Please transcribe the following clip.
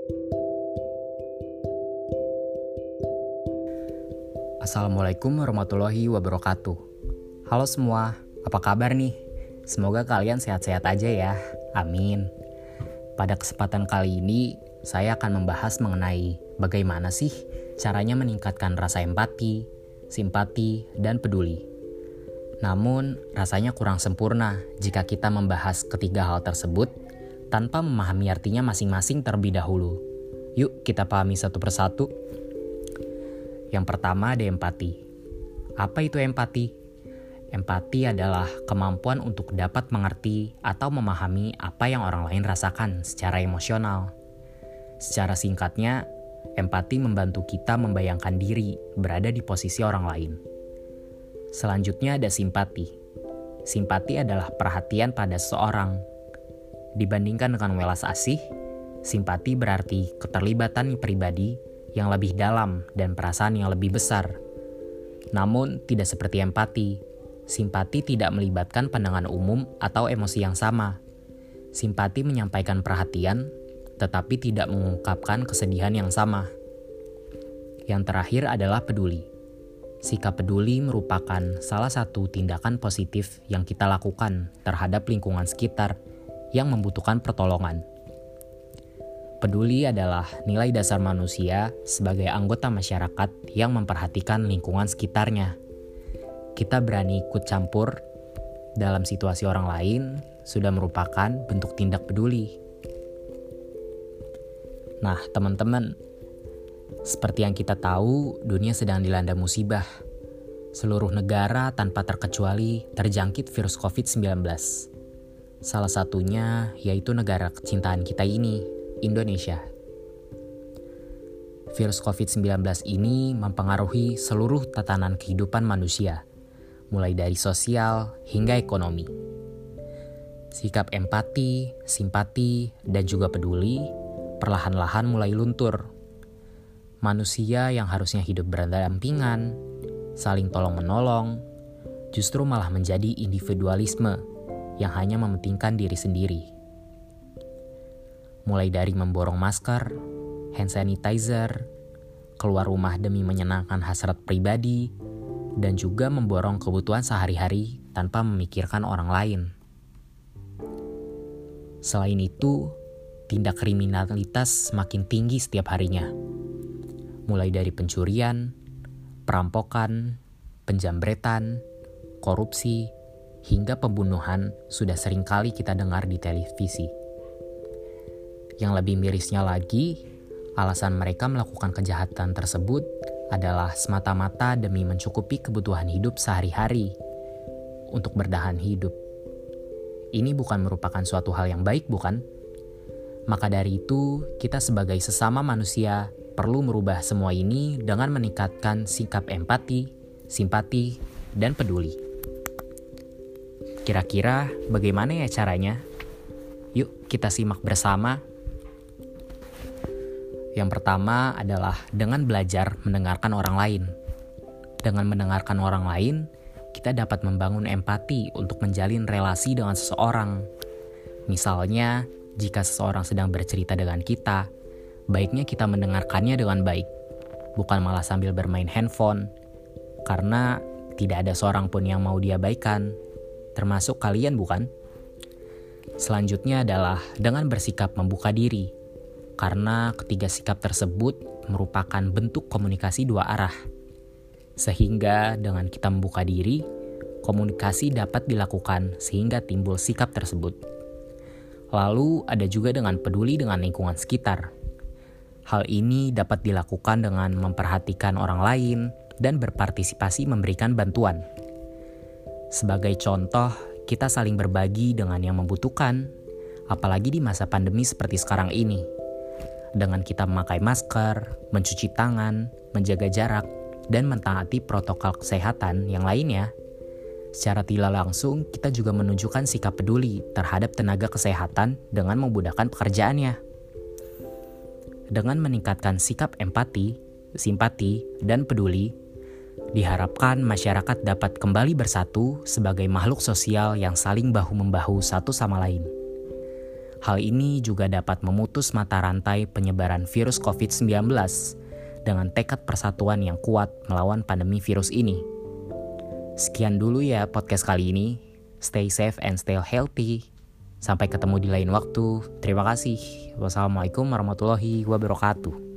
Assalamualaikum warahmatullahi wabarakatuh. Halo semua, apa kabar nih? Semoga kalian sehat-sehat aja ya, amin. Pada kesempatan kali ini, saya akan membahas mengenai bagaimana sih caranya meningkatkan rasa empati, simpati, dan peduli. Namun, rasanya kurang sempurna jika kita membahas ketiga hal tersebut tanpa memahami artinya masing-masing terlebih dahulu. Yuk kita pahami satu persatu. Yang pertama ada empati. Apa itu empati? Empati adalah kemampuan untuk dapat mengerti atau memahami apa yang orang lain rasakan secara emosional. Secara singkatnya, empati membantu kita membayangkan diri berada di posisi orang lain. Selanjutnya ada simpati. Simpati adalah perhatian pada seseorang. Dibandingkan dengan welas asih, simpati berarti keterlibatan pribadi yang lebih dalam dan perasaan yang lebih besar. Namun, tidak seperti empati. Simpati tidak melibatkan pandangan umum atau emosi yang sama. Simpati menyampaikan perhatian, tetapi tidak mengungkapkan kesedihan yang sama. Yang terakhir adalah peduli. Sikap peduli merupakan salah satu tindakan positif yang kita lakukan terhadap lingkungan sekitar yang membutuhkan pertolongan. Peduli adalah nilai dasar manusia sebagai anggota masyarakat yang memperhatikan lingkungan sekitarnya. Kita berani ikut campur dalam situasi orang lain sudah merupakan bentuk tindak peduli. Nah, teman-teman, seperti yang kita tahu, dunia sedang dilanda musibah. Seluruh negara tanpa terkecuali terjangkit virus COVID-19. Salah satunya yaitu negara kecintaan kita ini, Indonesia. Virus COVID-19 ini mempengaruhi seluruh tatanan kehidupan manusia, mulai dari sosial hingga ekonomi. Sikap empati, simpati, dan juga peduli perlahan-lahan mulai luntur. Manusia yang harusnya hidup berdampingan, saling tolong-menolong, justru malah menjadi individualisme yang hanya mementingkan diri sendiri. Mulai dari memborong masker, hand sanitizer, keluar rumah demi menyenangkan hasrat pribadi, dan juga memborong kebutuhan sehari-hari tanpa memikirkan orang lain. Selain itu, tindak kriminalitas semakin tinggi setiap harinya. Mulai dari pencurian, perampokan, penjambretan, korupsi, hingga pembunuhan sudah seringkali kita dengar di televisi. Yang lebih mirisnya lagi, alasan mereka melakukan kejahatan tersebut adalah semata-mata demi mencukupi kebutuhan hidup sehari-hari untuk bertahan hidup. Ini bukan merupakan suatu hal yang baik, bukan? Maka dari itu, kita sebagai sesama manusia perlu merubah semua ini dengan meningkatkan sikap empati, simpati, dan peduli. Kira-kira bagaimana ya caranya? Yuk kita simak bersama. Yang pertama adalah dengan belajar mendengarkan orang lain. Dengan mendengarkan orang lain, kita dapat membangun empati untuk menjalin relasi dengan seseorang. Misalnya, jika seseorang sedang bercerita dengan kita, baiknya kita mendengarkannya dengan baik, bukan malah sambil bermain handphone, karena tidak ada seorang pun yang mau diabaikan, termasuk kalian bukan? Selanjutnya adalah dengan bersikap membuka diri. Karena ketiga sikap tersebut merupakan bentuk komunikasi dua arah. Sehingga dengan kita membuka diri, komunikasi dapat dilakukan sehingga timbul sikap tersebut. Lalu ada juga dengan peduli dengan lingkungan sekitar. Hal ini dapat dilakukan dengan memperhatikan orang lain dan berpartisipasi memberikan bantuan. Sebagai contoh, kita saling berbagi dengan yang membutuhkan, apalagi di masa pandemi seperti sekarang ini. Dengan kita memakai masker, mencuci tangan, menjaga jarak, dan mentaati protokol kesehatan yang lainnya, secara tidak langsung kita juga menunjukkan sikap peduli terhadap tenaga kesehatan dengan memudahkan pekerjaannya. Dengan meningkatkan sikap empati, simpati, dan peduli, diharapkan masyarakat dapat kembali bersatu sebagai makhluk sosial yang saling bahu-membahu satu sama lain. Hal ini juga dapat memutus mata rantai penyebaran virus COVID-19 dengan tekad persatuan yang kuat melawan pandemi virus ini. Sekian dulu ya podcast kali ini. Stay safe and stay healthy. Sampai ketemu di lain waktu. Terima kasih. Wassalamualaikum warahmatullahi wabarakatuh.